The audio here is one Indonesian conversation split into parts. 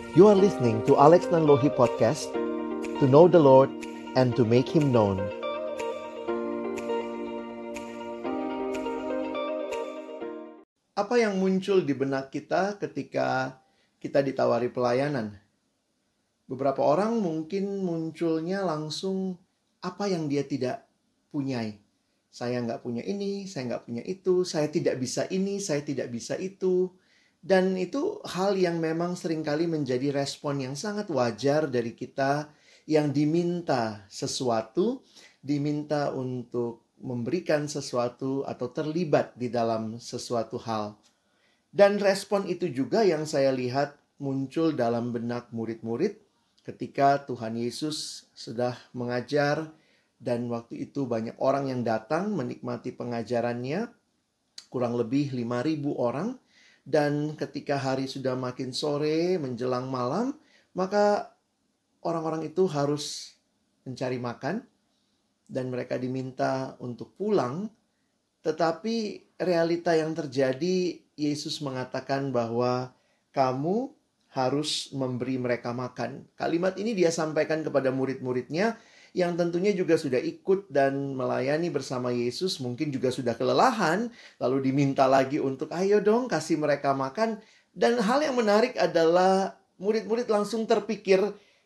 You are listening to Alex Nanlohi Podcast, to know the Lord and to make Him known. Apa yang muncul di benak kita ketika kita ditawari pelayanan? Beberapa orang mungkin munculnya langsung apa yang dia tidak punyai. Saya nggak punya ini, saya nggak punya itu, saya tidak bisa ini, saya tidak bisa itu. Dan itu hal yang memang seringkali menjadi respon yang sangat wajar dari kita yang diminta sesuatu, diminta untuk memberikan sesuatu atau terlibat di dalam sesuatu hal. Dan respon itu juga yang saya lihat muncul dalam benak murid-murid ketika Tuhan Yesus sudah mengajar dan waktu itu banyak orang yang datang menikmati pengajarannya, kurang lebih 5.000 orang. Dan ketika hari sudah makin sore menjelang malam, maka orang-orang itu harus mencari makan dan mereka diminta untuk pulang. Tetapi realita yang terjadi, Yesus mengatakan bahwa kamu harus memberi mereka makan. Kalimat ini dia sampaikan kepada murid-muridnya yang tentunya juga sudah ikut dan melayani bersama Yesus, mungkin juga sudah kelelahan, lalu diminta lagi untuk ayo dong kasih mereka makan. Dan hal yang menarik adalah murid-murid langsung terpikir,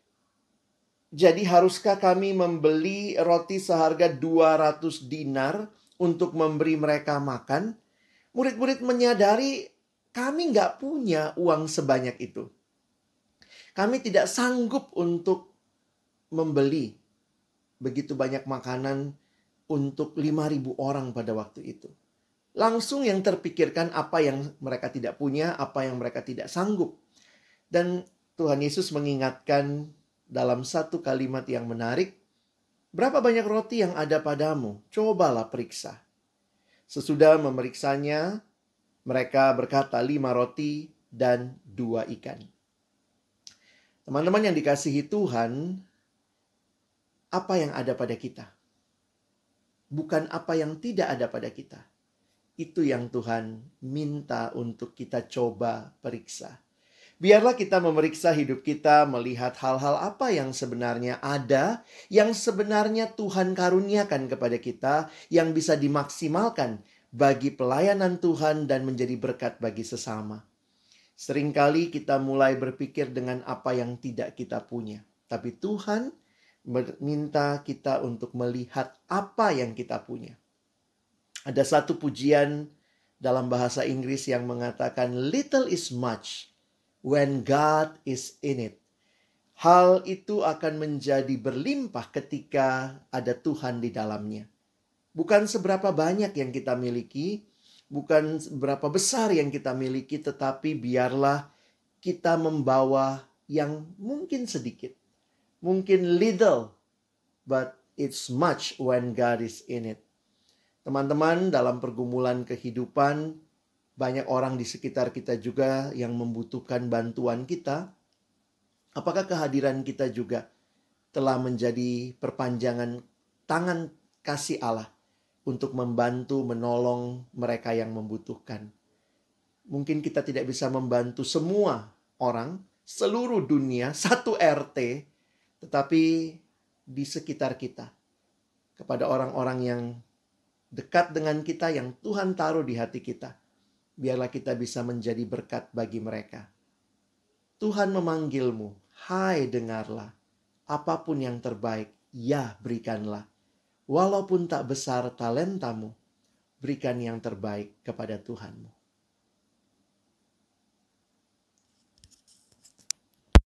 jadi haruskah kami membeli roti seharga 200 dinar untuk memberi mereka makan? Murid-murid menyadari kami nggak punya uang sebanyak itu. Kami tidak sanggup untuk membeli begitu banyak makanan untuk 5.000 orang pada waktu itu. Langsung yang terpikirkan apa yang mereka tidak punya, apa yang mereka tidak sanggup. Dan Tuhan Yesus mengingatkan dalam satu kalimat yang menarik, berapa banyak roti yang ada padamu? Cobalah periksa. Sesudah memeriksanya, mereka berkata 5 roti dan 2 ikan. Teman-teman yang dikasihi Tuhan, apa yang ada pada kita? Bukan apa yang tidak ada pada kita. Itu yang Tuhan minta untuk kita coba periksa. Biarlah kita memeriksa hidup kita, melihat hal-hal apa yang sebenarnya ada, yang sebenarnya Tuhan karuniakan kepada kita, yang bisa dimaksimalkan bagi pelayanan Tuhan dan menjadi berkat bagi sesama. Seringkali kita mulai berpikir dengan apa yang tidak kita punya. Tapi Tuhan meminta kita untuk melihat apa yang kita punya. Ada satu pujian dalam bahasa Inggris yang mengatakan, little is much when God is in it. Hal itu akan menjadi berlimpah ketika ada Tuhan di dalamnya. Bukan seberapa banyak yang kita miliki, bukan seberapa besar yang kita miliki, tetapi biarlah kita membawa yang mungkin sedikit. Mungkin little, but it's much when God is in it. Teman-teman, dalam pergumulan kehidupan, banyak orang di sekitar kita juga yang membutuhkan bantuan kita. Apakah kehadiran kita juga telah menjadi perpanjangan tangan kasih Allah untuk membantu, menolong mereka yang membutuhkan? Mungkin kita tidak bisa membantu semua orang, seluruh dunia, satu RT, tetapi di sekitar kita, kepada orang-orang yang dekat dengan kita, yang Tuhan taruh di hati kita, biarlah kita bisa menjadi berkat bagi mereka. Tuhan memanggilmu, hai dengarlah, apapun yang terbaik, ya berikanlah. Walaupun tak besar talentamu, berikan yang terbaik kepada Tuhanmu.